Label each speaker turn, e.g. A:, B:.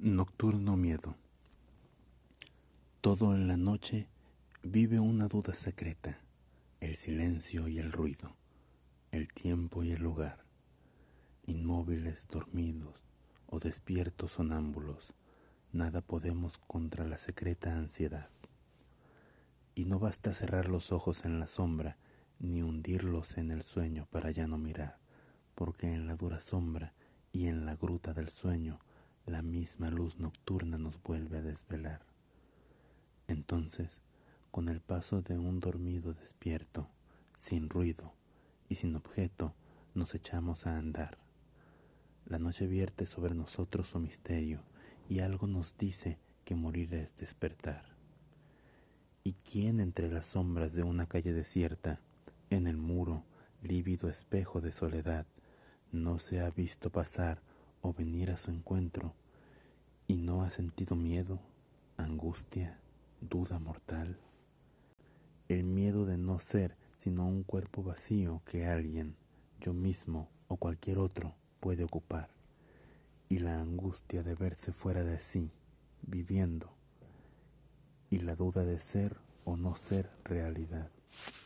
A: Nocturno miedo. Todo en la noche vive una duda secreta, el silencio y el ruido, el tiempo y el lugar. Inmóviles, dormidos o despiertos sonámbulos, nada podemos contra la secreta ansiedad. Y no basta cerrar los ojos en la sombra, ni hundirlos en el sueño para ya no mirar, porque en la dura sombra y en la gruta del sueño, la misma luz nocturna nos vuelve a desvelar. Entonces, con el paso de un dormido despierto, sin ruido y sin objeto, nos echamos a andar. La noche vierte sobre nosotros su misterio, y algo nos dice que morir es despertar. ¿Y quién entre las sombras de una calle desierta, en el muro, lívido espejo de soledad, no se ha visto pasar o venir a su encuentro, y no ha sentido miedo, angustia, duda mortal? El miedo de no ser sino un cuerpo vacío que alguien, yo mismo o cualquier otro, puede ocupar, y la angustia de verse fuera de sí, viviendo, y la duda de ser o no ser realidad.